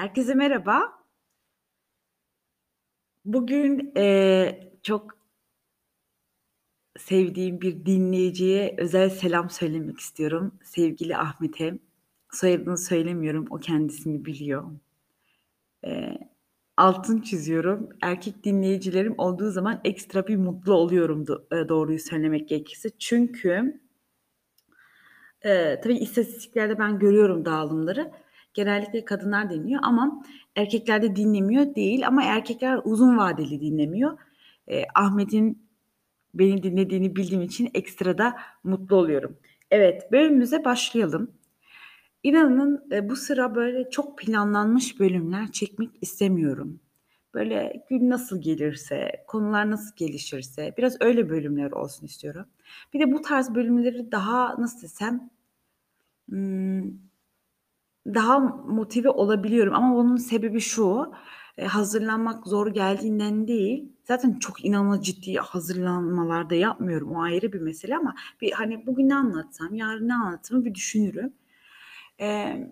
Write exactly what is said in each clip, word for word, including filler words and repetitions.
Herkese merhaba. Bugün, eee, çok sevdiğim bir dinleyiciye özel selam söylemek istiyorum. Sevgili Ahmet'e. Soyadını söylemiyorum, o kendisini biliyor. Eee, altını çiziyorum. Erkek dinleyicilerim olduğu zaman ekstra bir mutlu oluyorum do eee, doğruyu söylemek gerekirse. Çünkü, eee, tabii istatistiklerde ben görüyorum dağılımları. Genellikle kadınlar dinliyor ama erkekler de dinlemiyor değil ama erkekler uzun vadeli dinlemiyor. Eee, Ahmet'in beni dinlediğini bildiğim için ekstra da mutlu oluyorum. Evet, bölümümüze başlayalım. İnanın, eee, bu sıra böyle çok planlanmış bölümler çekmek istemiyorum. Böyle gün nasıl gelirse, konular nasıl gelişirse biraz öyle bölümler olsun istiyorum. Bir de bu tarz bölümleri daha nasıl desem, ımm, daha motive olabiliyorum ama bunun sebebi şu: eee, hazırlanmak zor geldiğinden değil, zaten çok inanılmaz ciddi hazırlanmalar da yapmıyorum, o ayrı bir mesele ama bir, hani, bugün ne anlatsam, yarın ne anlatırımı bir düşünürüm. Emm,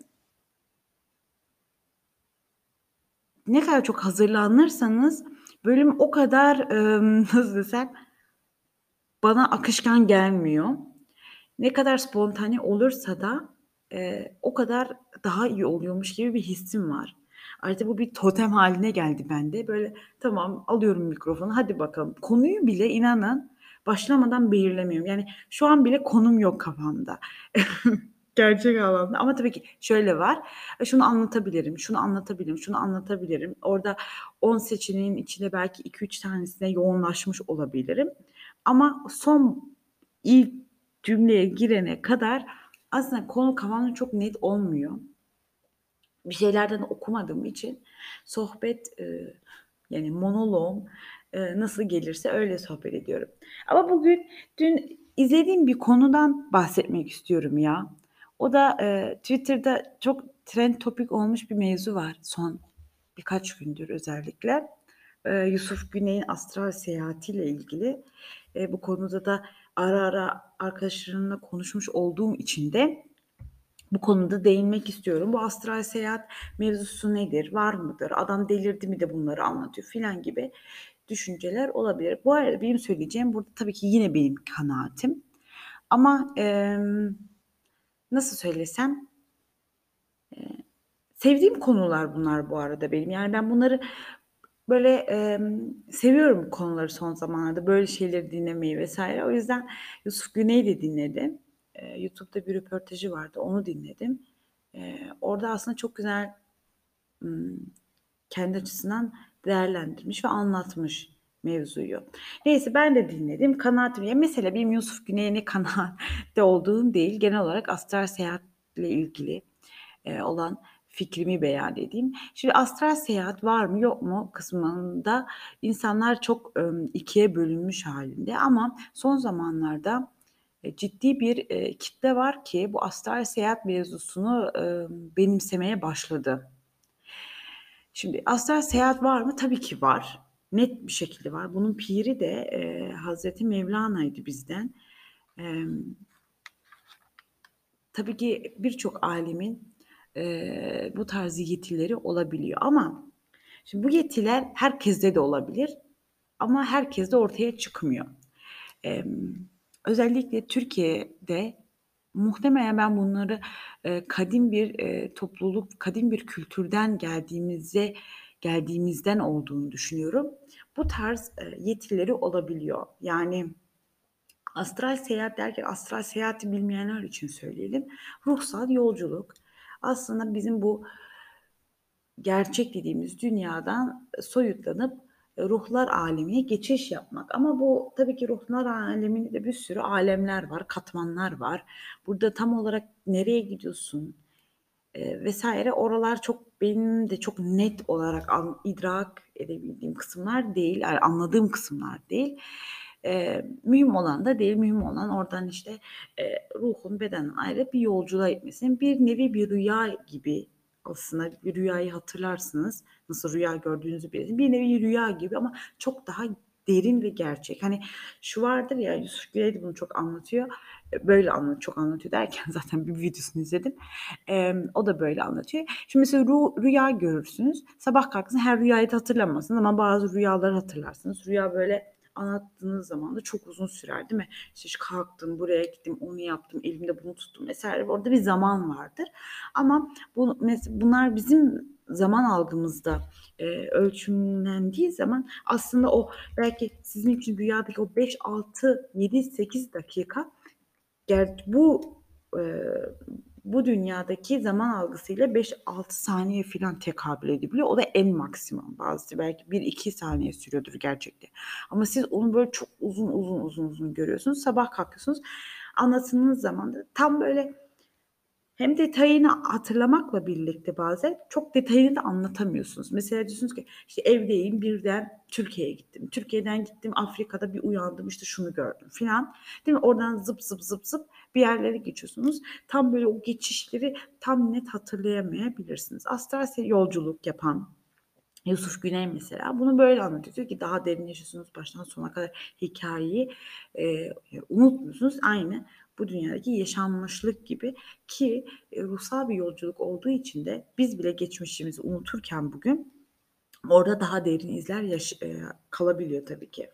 Ne kadar çok hazırlanırsanız bölüm o kadar, emm, nasıl desem, bana akışkan gelmiyor. Ne kadar spontane olursa da, eee, o kadar daha iyi oluyormuş gibi bir hissim var. Artık bu bir totem hâline geldi bende. Böyle, tamam, alıyorum mikrofonu, hadi bakalım. Konuyu bile inanın başlamadan belirlemiyorum. Yani şu an bile konum yok kafamda. Gerçek anlamda ama tabii ki şöyle var, eee, şunu anlatabilirim, şunu anlatabilirim, şunu anlatabilirim. Orada on seçeneğin içinde belki iki üç tanesine yoğunlaşmış olabilirim ama son ilk cümleye girene kadar aslında konu kafamda çok net olmuyor. Bir şeylerden okumadığım için sohbet, eee, yani monoloğum, eee, nasıl gelirse öyle sohbet ediyorum. Ama bugün dün izlediğim bir konudan bahsetmek istiyorum ya. O da, eee, Twitter'da çok trend topic olmuş bir mevzu var son birkaç gündür özellikle. Eee, Yusuf Güney'in astral seyahatiyle ilgili. Eee, bu konuda da ara ara arkadaşlarımla konuşmuş olduğum için de bu konuda değinmek istiyorum. Bu astral seyahat mevzusu nedir? Var mıdır? Adam delirdi mi de bunları anlatıyor filan gibi düşünceler olabilir. Bu arada benim söyleyeceğim burada tabii ki yine benim kanaatim. Ama, emm, nasıl söylesem, sevdiğim konular bunlar bu arada benim. Yani ben bunları böyle, emm, seviyorum bu konuları son zamanlarda, böyle şeyleri dinlemeyi vesaire. O yüzden Yusuf Güney'i de dinledim. Eee, YouTube'da bir röportajı vardı, onu dinledim. Eee, orada aslında çok güzel, ımm, kendi açısından değerlendirmiş ve anlatmış mevzuyu. Neyse ben de dinledim. Kanaatim ya mesela benim Yusuf Güney'e ne kanaatte olduğum değil, genel olarak astral seyahatle ilgili, eee, olan fikrimi beyan edeyim. Şimdi astral seyahat var mı yok mu kısmında insanlar çok, ımm, ikiye bölünmüş hâlinde ama son zamanlarda, eee, ciddi bir, eee, kitle var ki bu astral seyahat mevzusunu, ımm, benimsemeye başladı. Şimdi astral seyahat var mı? Tabii ki var. Net bir şekilde var. Bunun piri de, eee, Hazreti Mevlana'ydı bizden. Emm, tabii ki birçok âlimin, eee, bu tarz yetileri olabiliyor ama şimdi bu yetiler herkeste de olabilir ama herkeste ortaya çıkmıyor. Emm, Özellikle Türkiye'de muhtemelen ben bunları, eee, kadim bir, eee, topluluk, kadim bir kültürden geldiğimize geldiğimizden olduğunu düşünüyorum. Bu tarz, eee, yetileri olabiliyor. Yani astral seyahat derken astral seyahati bilmeyenler için söyleyelim. Ruhsal yolculuk. Aslında bizim bu gerçek dediğimiz dünyadan soyutlanıp e, ruhlar alemine geçiş yapmak. Ama bu tabii ki ruhlar aleminde de bir sürü alemler var, katmanlar var. Burada tam olarak nereye gidiyorsun, eee, vesaire oralar çok benim de çok net olarak an idrak edebildiğim kısımlar değil, yani anladığım kısımlar değil. Eee, mühim olan da değil, mühim olan oradan, işte, eee, ruhun bedenden ayrı bir yolculuğa gitmesi. Bir nevi bir rüya gibi aslında bir rüyayı hatırlarsınız, nasıl rüya gördüğünüzü bilin. Bir nevi rüya gibi ama çok daha derin ve gerçek. Hani şu vardır ya, Yusuf Güney de bunu çok anlatıyor. E, böyle anlat çok anlatıyor derken zaten bir videosunu izledim. Emm, o da böyle anlatıyor. Şimdi mesela ru rüya görürsünüz. Sabah kalktığınızda her rüyayı da hatırlamazsınız ama bazı rüyaları hatırlarsınız. Rüya böyle anlattığınız zaman da çok uzun sürer, değil mi? İşte şu kalktım, buraya gittim, onu yaptım, elimde bunu tuttum vesaire. Orada bir zaman vardır. Ama bu mes bunlar bizim zaman algımızda, eee, ölçümlendiği zaman aslında o belki sizin için rüyadaki o beş altı yedi sekiz dakika ger bu, eee, bu dünyadaki zaman algısıyla beş altı saniye filan tekabül edebiliyor. O da en maksimum. Bazısı belki bir iki saniye sürüyordur gerçekte. Ama siz onu böyle çok uzun, uzun, uzun, uzun görüyorsunuz. Sabah kalkıyorsunuz. Anlattığınız zaman da tam böyle hem detayını hatırlamakla birlikte bazen çok detayını da anlatamıyorsunuz. Mesela diyorsunuz ki işte evdeyim birden Türkiye'ye gittim. Türkiye'den gittim Afrika'da bir uyandım işte şunu gördüm filan. Değil mi? Oradan zıp zıp zıp zıp bir yerlere geçiyorsunuz. Tam böyle o geçişleri tam net hatırlayamayabilirsiniz. Astral yolculuk yapan Yusuf Güney mesela bunu böyle anlatıyor. Diyor ki daha derinleşiyorsunuz baştan sona kadar hikayeyi eee, unutmuyorsunuz. Aynı bu dünyadaki yaşanmışlık gibi ki e, ruhsal bir yolculuk olduğu için de biz bile geçmişimizi unuturken bugün orada daha derin izler yaş- e, kalabiliyor tabii ki.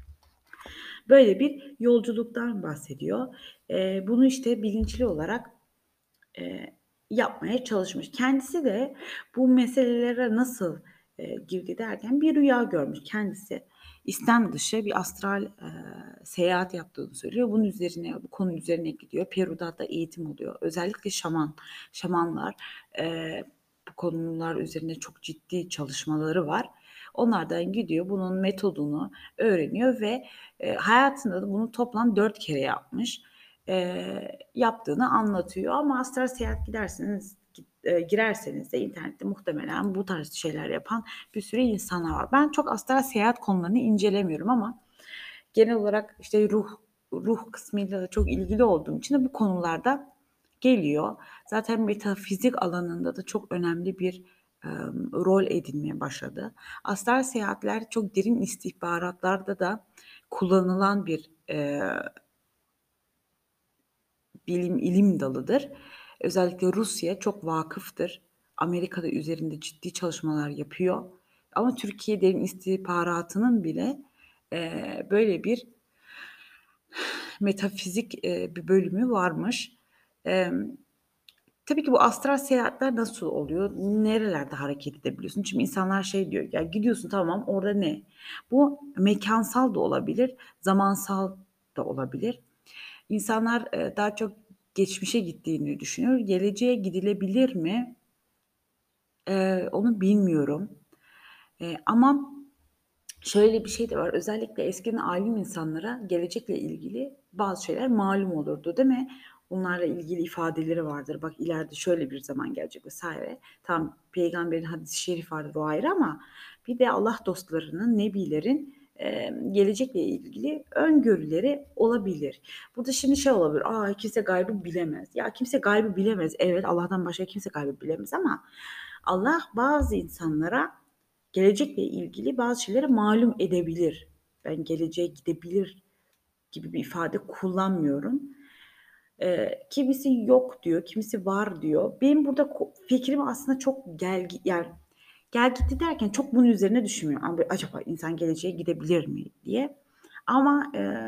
Böyle bir yolculuktan bahsediyor. E, bunu işte bilinçli olarak eee, yapmaya çalışmış. Kendisi de bu meselelere nasıl, eee, girdi derken bir rüya görmüş kendisi. İstem dışı bir astral, eee, seyahat yaptığını söylüyor. Bunun üzerine, bu konu üzerine gidiyor. Peru'da da eğitim oluyor. Özellikle şaman, şamanlar, eee, bu konular üzerine çok ciddi çalışmaları var. Onlardan gidiyor, bunun metodunu öğreniyor ve, eee, hayatında da bunu toplam dört kere yapmış. Eee, yaptığını anlatıyor ama astral seyahat giderseniz git eee, girerseniz de internette muhtemelen bu tarz şeyler yapan bir sürü insanlar var. Ben çok astral seyahat konularını incelemiyorum ama genel olarak, işte, ruh ruh kısmıyla da çok ilgili olduğum için de bu konularda geliyor. Zaten metafizik alanında da çok önemli bir, emm, rol edinmeye başladı. Astral seyahatler çok derin istihbaratlarda da kullanılan bir, eee bilim, ilim dalıdır. Özellikle Rusya çok vakıftır. Amerika da üzerinde ciddi çalışmalar yapıyor. Ama Türkiye Derin İstihbaratı'nın bile eee, böyle bir metafizik eee, bir bölümü varmış. Emm, tabii ki bu astral seyahatler nasıl oluyor? Nerelerde hareket edebiliyorsun? Şimdi insanlar şey diyor, ya gidiyorsun tamam orada ne? Bu mekansal da olabilir, zamansal da olabilir. İnsanlar, eee, daha çok geçmişe gittiğini düşünüyor. Geleceğe gidilebilir mi? Eee, onu bilmiyorum. Eee, ama şöyle bir şey de var. Özellikle eskiden alim insanlara gelecekle ilgili bazı şeyler malum olurdu, değil mi? Bunlarla ilgili ifadeleri vardır. Bak ileride şöyle bir zaman gelecek vesaire. Tam peygamberin hadis-i şerif vardır o ayrı ama bir de Allah dostlarının, nebilerin eee, gelecekle ilgili öngörüleri olabilir. Burada şimdi şey olabilir. Aa kimse gaybı bilemez. Ya kimse gaybı bilemez. Evet Allah'tan başka kimse gaybı bilemez ama Allah bazı insanlara gelecekle ilgili bazı şeyleri malum edebilir. Ben geleceğe gidebilir gibi bir ifade kullanmıyorum. Eee, kimisi yok diyor, kimisi var diyor. Benim burada ko fikrim aslında çok gel yani gel gitti derken çok bunun üzerine düşünmüyorum. Abi, acaba insan geleceğe gidebilir mi diye. Ama, eee,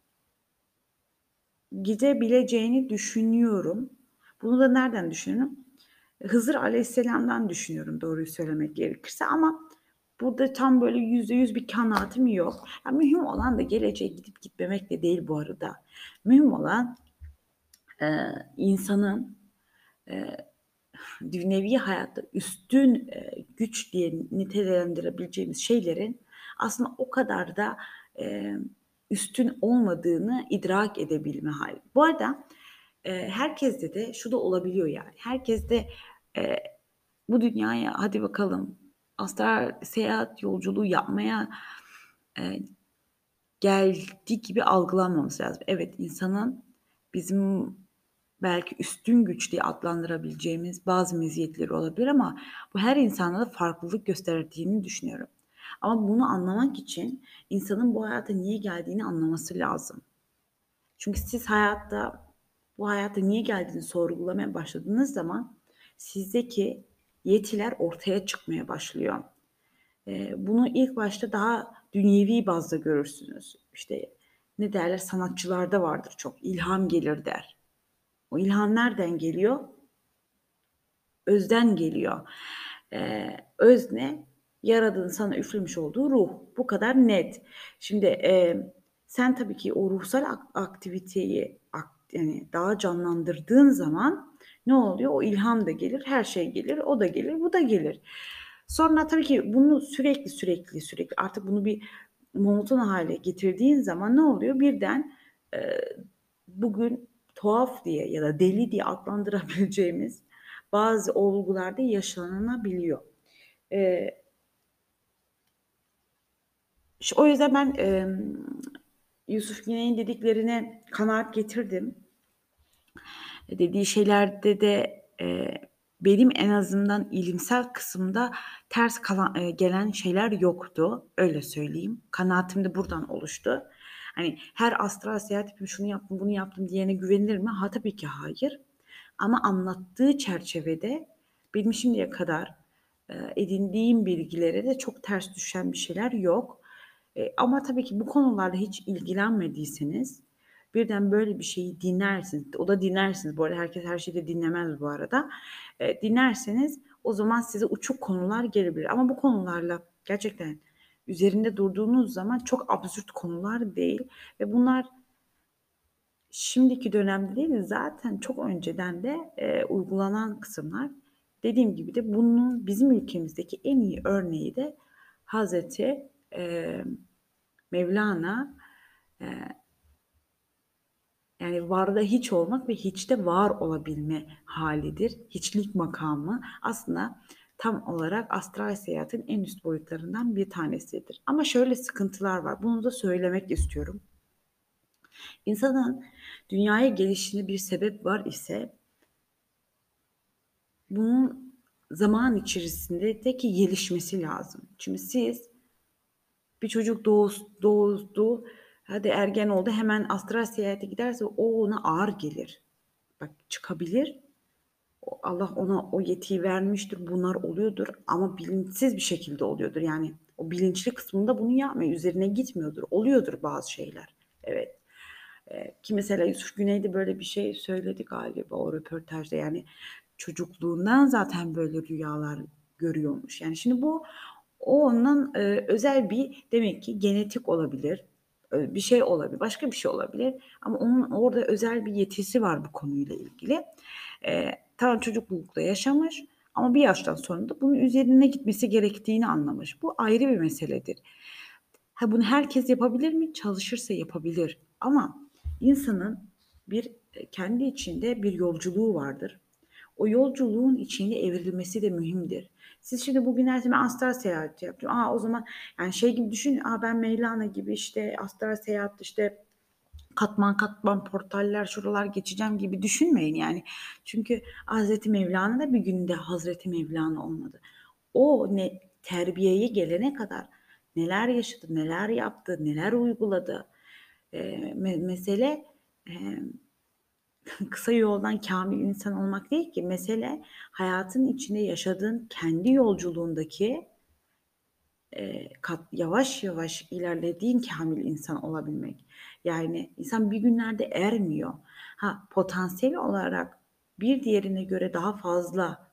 gidebileceğini düşünüyorum. Bunu da nereden düşünüyorum? Hızır Aleyhisselam'dan düşünüyorum doğruyu söylemek gerekirse ama burada tam böyle yüzde yüz bir kanaatim yok. Ya, mühim olan da geleceğe gidip gitmemek de değil bu arada. Mühim olan, eee, insanın, eee, dünyevi hayatta üstün, eee, güç diye nitelendirebileceğimiz şeylerin aslında o kadar da, eee, üstün olmadığını idrak edebilme hâli. Bu arada, eee, herkeste de şu da olabiliyor yani. Herkes de, eee, bu dünyaya hadi bakalım astral seyahat yolculuğu yapmaya, eee, geldiği gibi algılanmaması lazım. Evet, insanın bizim belki üstün güç diye adlandırabileceğimiz bazı meziyetleri olabilir ama bu her insanda da farklılık gösterdiğini düşünüyorum. Ama bunu anlamak için insanın bu hayata niye geldiğini anlaması lazım. Çünkü siz hayatta bu hayata niye geldiğini sorgulamaya başladığınız zaman sizdeki yetiler ortaya çıkmaya başlıyor. Eee, bunu ilk başta daha dünyevi bazda görürsünüz. İşte ne derler, sanatçılarda vardır çok, ilham gelir der. O ilham nereden geliyor? Özden geliyor. Eee, öz ne? Yaradan'ın sana üflemiş olduğu ruh. Bu kadar net. Şimdi eee, sen tabii ki o ruhsal aktiviteyi yani daha canlandırdığın zaman ne oluyor? O ilham da gelir, her şey gelir, o da gelir, bu da gelir. Sonra tabii ki bunu sürekli sürekli sürekli artık bunu bir monoton hale getirdiğin zaman ne oluyor? Birden e, bugün tuhaf diye ya da deli diye adlandırabileceğimiz bazı olgularda yaşanabiliyor. E, o yüzden ben e, Yusuf Güney'in dediklerine kanaat getirdim. Dediği şeylerde de e, benim en azından ilimsel kısımda ters kalan, e, gelen şeyler yoktu. Öyle söyleyeyim. Kanaatim de buradan oluştu. Hani her astral seyahat yapayım, şunu yaptım, bunu yaptım diyene güvenilir mi? Ha tabii ki hayır. Ama anlattığı çerçevede benim şimdiye kadar e, edindiğim bilgilere de çok ters düşen bir şeyler yok. E, ama tabii ki bu konularla hiç ilgilenmediyseniz birden böyle bir şeyi dinlersiniz. O da dinlersiniz. Bu arada herkes her şeyi de dinlemez bu arada. E, dinlerseniz o zaman size uçuk konular gelebilir. Ama bu konularla gerçekten üzerinde durduğunuz zaman çok absürt konular değil. Ve bunlar şimdiki dönemde değil zaten çok önceden de e, uygulanan kısımlar. Dediğim gibi de bunun bizim ülkemizdeki en iyi örneği de Hazreti e, Mevlana, e, yani varda hiç olmak ve hiçte var olabilme halidir. Hiçlik makamı aslında tam olarak astral seyahatin en üst boyutlarından bir tanesidir. Ama şöyle sıkıntılar var. Bunu da söylemek istiyorum. İnsanın dünyaya gelişine bir sebep var ise bunun zaman içerisinde teki gelişmesi lazım. Çünkü siz bir çocuk doğdu, hadi ergen oldu, hemen astral seyahate giderse o ona ağır gelir. Bak çıkabilir. Allah ona o yetiyi vermiştir. Bunlar oluyordur ama bilinçsiz bir şekilde oluyordur. Yani o bilinçli kısmında bunu yapmıyor. Üzerine gitmiyordur. Oluyordur bazı şeyler. Evet. Ee, ki mesela Yusuf Güney de böyle bir şey söyledi galiba o röportajda. Yani çocukluğundan zaten böyle rüyalar görüyormuş. Yani şimdi bu o onun e, özel bir demek ki genetik olabilir. Bir şey olabilir. Başka bir şey olabilir. Ama onun orada özel bir yetisi var bu konuyla ilgili. Ee, tamam çocuklukta yaşamış ama bir yaştan sonra da bunun üzerine gitmesi gerektiğini anlamış. Bu ayrı bir meseledir. Ha, bunu herkes yapabilir mi? Çalışırsa yapabilir. Ama insanın bir kendi içinde bir yolculuğu vardır. O yolculuğun içine evrilmesi de mühimdir. Siz şimdi bugün her zaman astral seyahat yaptım. Aa o zaman yani şey gibi düşün. Aa ben Mevlana gibi işte astral seyahat işte katman katman portaller şuralar geçeceğim gibi düşünmeyin yani. Çünkü Hazreti Mevlana da bir günde Hazreti Mevlana olmadı. O ne terbiyeye gelene kadar neler yaşadı, neler yaptı, neler uyguladı. Ee, me- mesele e, kısa yoldan kamil insan olmak değil ki. Mesele hayatın içinde yaşadığın kendi yolculuğundaki e, kat, yavaş yavaş ilerlediğin kamil insan olabilmek. Yani insan bir günlerde ermiyor. Ha potansiyel olarak bir diğerine göre daha fazla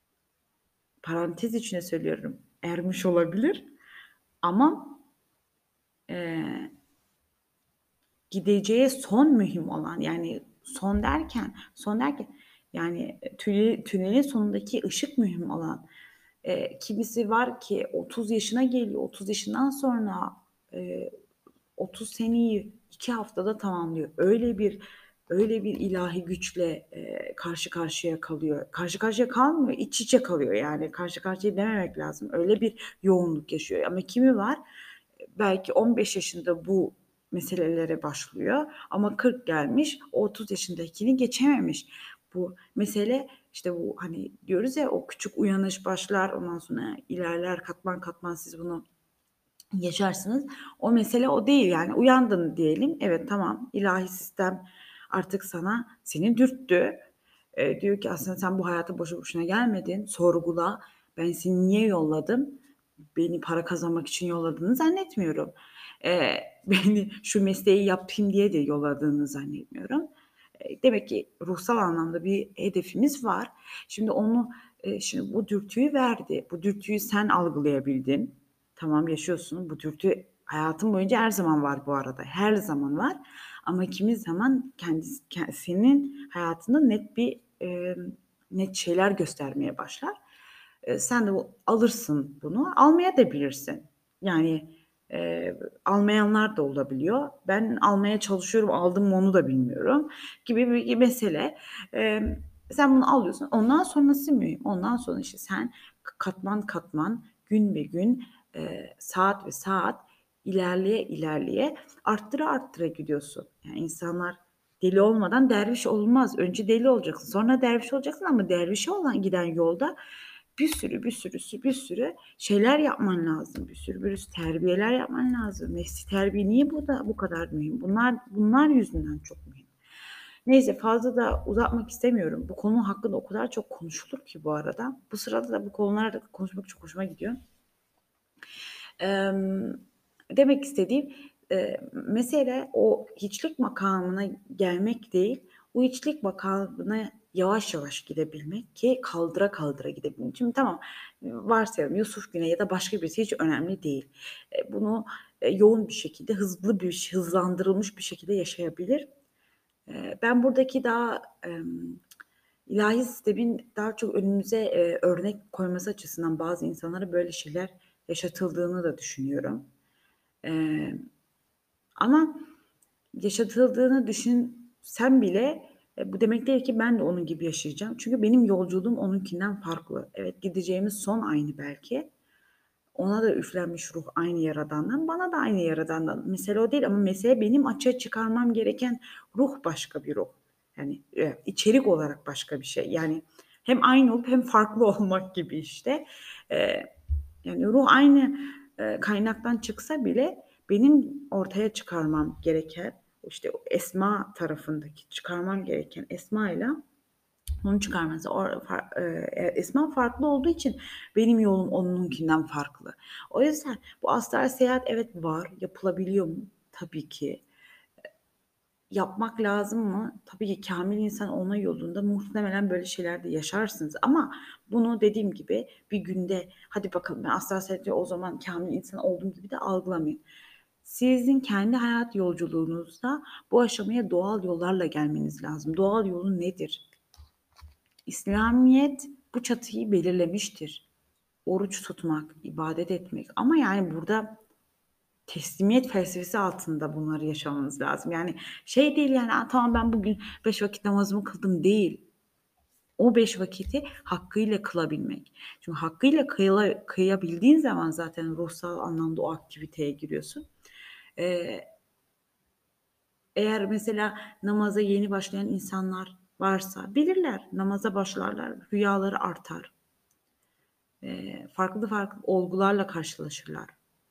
parantez içine söylüyorum ermiş olabilir ama e, gideceği son mühim olan yani son derken son derken yani tünel, tünelin sonundaki ışık mühim olan e, kimisi var ki otuz yaşına geliyor otuz yaşından sonra e, otuz seneyi iki haftada tamamlıyor. Öyle bir öyle bir ilahi güçle e, karşı karşıya kalıyor. Karşı karşıya kalmıyor, iç içe kalıyor yani. Karşı karşıya dememek lazım. Öyle bir yoğunluk yaşıyor. Ama kimi var belki on beş yaşında bu meselelere başlıyor ama kırk gelmiş, o otuz yaşındakini geçememiş. Bu mesele işte bu hani diyoruz ya o küçük uyanış başlar ondan sonra ilerler katman katman siz bunu yaşarsınız. O mesele o değil yani. Uyandın diyelim. Evet, tamam, ilahi sistem artık sana seni dürttü. Eee, diyor ki aslında sen bu hayata boşu boşuna gelmedin. Sorgula. Ben seni niye yolladım? Beni para kazanmak için yolladığını zannetmiyorum. Eee, beni şu mesleği yapayım diye de yolladığını zannetmiyorum. Eee, demek ki ruhsal anlamda bir hedefimiz var. Şimdi onu, eee, şimdi bu dürtüyü verdi. Bu dürtüyü sen algılayabildin. Tamam, yaşıyorsun. Bu dürtü hayatın boyunca her zaman var bu arada. Her zaman var ama kimi zaman kendisi ke senin hayatında net bir, emm, net şeyler göstermeye başlar. Eee, sen de bu alırsın bunu, almaya da bilirsin. Yani, eee, almayanlar da olabiliyor. Ben almaya çalışıyorum, aldım mı onu da bilmiyorum gibi bir mesele. Emm, sen bunu alıyorsun. Ondan sonrası mühim. Ondan sonra, işte, sen k katman katman, gün be gün, eee, saat ve saat ilerleye ilerleye arttıra arttıra gidiyorsun. Yani insanlar deli olmadan derviş olmaz. Önce deli olacaksın, sonra derviş olacaksın ama dervişe olan giden yolda bir sürü, bir sürü, sü bir sürü şeyler yapman lazım. Bir sürü, bir sürü terbiyeler yapman lazım. Nefsi terbiye niye bu da bu kadar mühim? Bunlar bunlar yüzünden çok mühim. Neyse, fazla da uzatmak istemiyorum. Bu konu hakkında o kadar çok konuşulur ki bu arada. Bu sırada da bu konularda konuşmak çok hoşuma gidiyor. Emm, demek istediğim, eee, mesele o hiçlik makamına gelmek değil, o hiçlik makamına yavaş yavaş gidebilmek ki kaldıra kaldıra gidebilmek. Şimdi tamam, varsayalım Yusuf Güney ya da başka birisi hiç önemli değil. Eee, bunu, eee, yoğun bir şekilde, hızlı bir ş hızlandırılmış bir şekilde yaşayabilir. Eee, ben buradaki daha, emm, ilahi sistemin daha çok önümüze, eee, örnek koyması açısından bazı insanlara böyle şeyler yaşatıldığını da düşünüyorum. Eee, ama yaşatıldığını düşünsem bile, eee, bu demek değil ki ben de onun gibi yaşayacağım. Çünkü benim yolculuğum onunkinden farklı. Evet, gideceğimiz son aynı belki. Ona da üflenmiş ruh aynı Yaradan'dan, bana da aynı Yaradan'dan. Mesele o değil ama mesele benim açığa çıkarmam gereken ruh başka bir ruh. Yani, eee, içerik olarak başka bir şey. Yani hem aynı olup hem farklı olmak gibi işte. Eee, yani ruh aynı, eee, kaynaktan çıksa bile benim ortaya çıkarmam gereken, işte, o esma tarafındaki çıkarmam gereken esmayla onu çıkarması or far eee, esma farklı olduğu için benim yolum onunkinden farklı. O yüzden bu astral seyahat evet var. Yapılabiliyor mu? Tabii ki. Yapmak lazım mı? Tabii ki kâmil insan olma yolunda muhtemelen böyle şeyler de yaşarsınız ama bunu dediğim gibi bir günde hadi bakalım ben astral seyahatle o zaman kâmil insan olduğum gibi de algılamayın. Sizin kendi hayat yolculuğunuzda bu aşamaya doğal yollarla gelmeniz lazım. Doğal yolu nedir? İslamiyet bu çatıyı belirlemiştir. Oruç tutmak, ibadet etmek ama yani burada teslimiyet felsefesi altında bunları yaşamamız lazım. Yani şey değil yani, "A, tamam ben bugün beş vakit namazımı kıldım." değil. O beş vakiti hakkıyla kılabilmek. Çünkü hakkıyla kıyıla kıyabildiğin zaman zaten ruhsal anlamda o aktiviteye giriyorsun. Eee, eğer mesela namaza yeni başlayan insanlar varsa bilirler, namaza başlarlar, rüyaları artar. Eee, farklı farklı olgularla karşılaşırlar.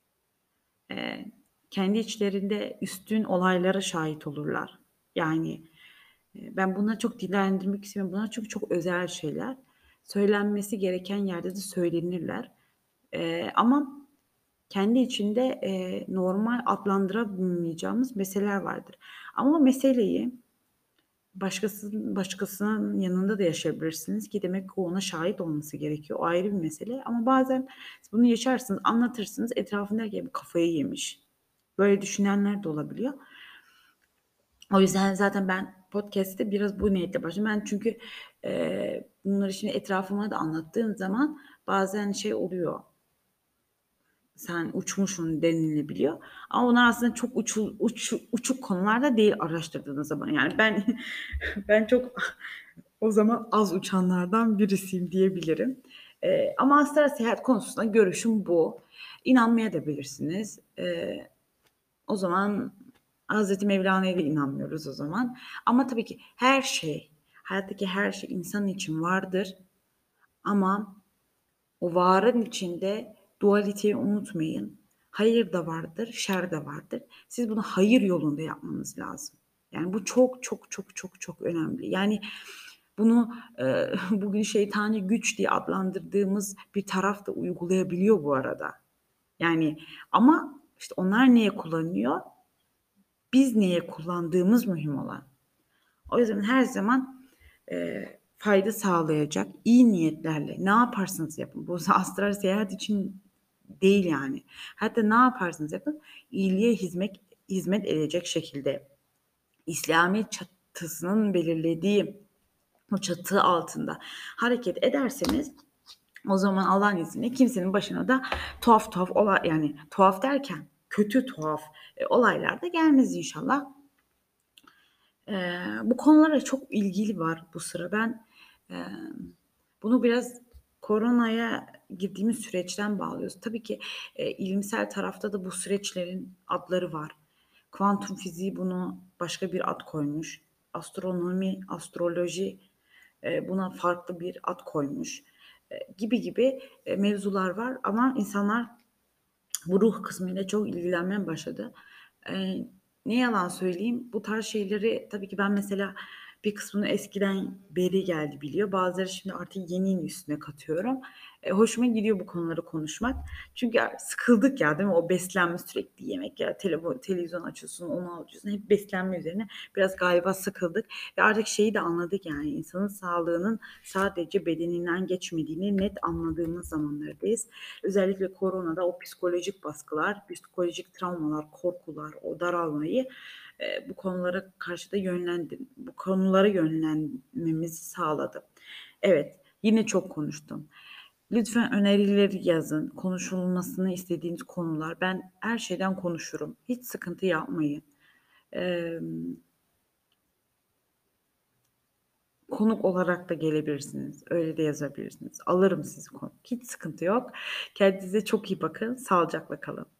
Eee, kendi içlerinde üstün olaylara şahit olurlar. Yani, eee, ben bunları çok dillendirmek istemiyorum. Bunlar çünkü çok özel şeyler. Söylenmesi gereken yerde de söylenirler. Eee, ama kendi içinde, eee, normal adlandıramayacağımız meseleler vardır. Ama o meseleyi başkasının başkasının yanında da yaşayabilirsiniz ki demek ki o ona şahit olması gerekiyor. O ayrı bir mesele ama bazen siz bunu yaşarsınız, anlatırsınız, etrafındakiler "Bu kafayı yemiş." Böyle düşünenler de olabiliyor. O yüzden zaten ben podcast'te biraz bu niyetle başladım. Ben çünkü, eee, bunları şimdi etrafıma da anlattığım zaman bazen şey oluyor, "Sen uçmuşsun." denilebiliyor ama bunlar aslında çok uçu uçu uçuk konular da değil araştırdığınız zaman. Yani ben ben çok o zaman az uçanlardan birisiyim diyebilirim. Eee, ama astral seyahat konusunda görüşüm bu. İnanmayabilirsiniz. Eee, o zaman Hazreti Mevlana'ya da inanmıyoruz o zaman. Ama tabii ki her şey, hayattaki her şey insan için vardır ama o varın içinde dualiteyi unutmayın. Hayır da vardır, şer de vardır. Siz bunu hayır yolunda yapmanız lazım. Yani bu çok, çok, çok, çok, çok önemli. Yani bunu, eee, bugün şeytani güç diye adlandırdığımız bir taraf da uygulayabiliyor bu arada. Yani ama işte onlar neye kullanıyor? Biz neye kullandığımız mühim olan. O yüzden her zaman, eee, fayda sağlayacak iyi niyetlerle ne yaparsanız yapın. Bu astral seyahat için değil yani. Hatta ne yaparsanız yapın iyiliğe hizmet hizmet edecek şekilde İslami çatısının belirlediği o çatı altında hareket ederseniz o zaman Allah'ın izniyle kimsenin başına da tuhaf tuhaf olay yani tuhaf derken kötü tuhaf, eee, olaylar da gelmez inşallah. Eee, bu konulara çok ilgili var bu sıra. Ben, emm, bunu biraz koronaya girdiğimiz süreçten bağlıyoruz. Tabii ki, eee, ilimsel tarafta da bu süreçlerin adları var. Kuantum fiziği bunu başka bir ad koymuş. Astronomi, astroloji, eee, buna farklı bir ad koymuş, eee, gibi gibi, eee, mevzular var ama insanlar bu ruh kısmıyla çok ilgilenmeye başladı. Eee, ne yalan söyleyeyim, bu tarz şeyleri tabii ki ben mesela bir kısmını eskiden beri geldi biliyor. Bazıları şimdi artık yeni yeni üstüne katıyorum. Eee, hoşuma gidiyor bu konuları konuşmak. Çünkü ya sıkıldık ya değil mi? O beslenme sürekli yemek ya telefon, televizyon açıyorsun, onu açıyorsun. Hep beslenme üzerine biraz galiba sıkıldık ve artık şeyi de anladık yani insanın sağlığının sadece bedeninden geçmediğini net anladığımız zamanlardayız. Özellikle koronada o psikolojik baskılar, psikolojik travmalar, korkular, o daralmayı, eee, bu konulara karşı da yönlendim bu konulara yönlenmemizi sağladı. Evet, yine çok konuştum. Lütfen önerileri yazın. Konuşulmasını istediğiniz konular. Ben her şeyden konuşurum. Hiç sıkıntı yapmayın. Emm Konuk olarak da gelebilirsiniz. Öyle de yazabilirsiniz. Alırım sizi konuk. Hiç sıkıntı yok. Kendinize çok iyi bakın. Sağlıcakla kalın.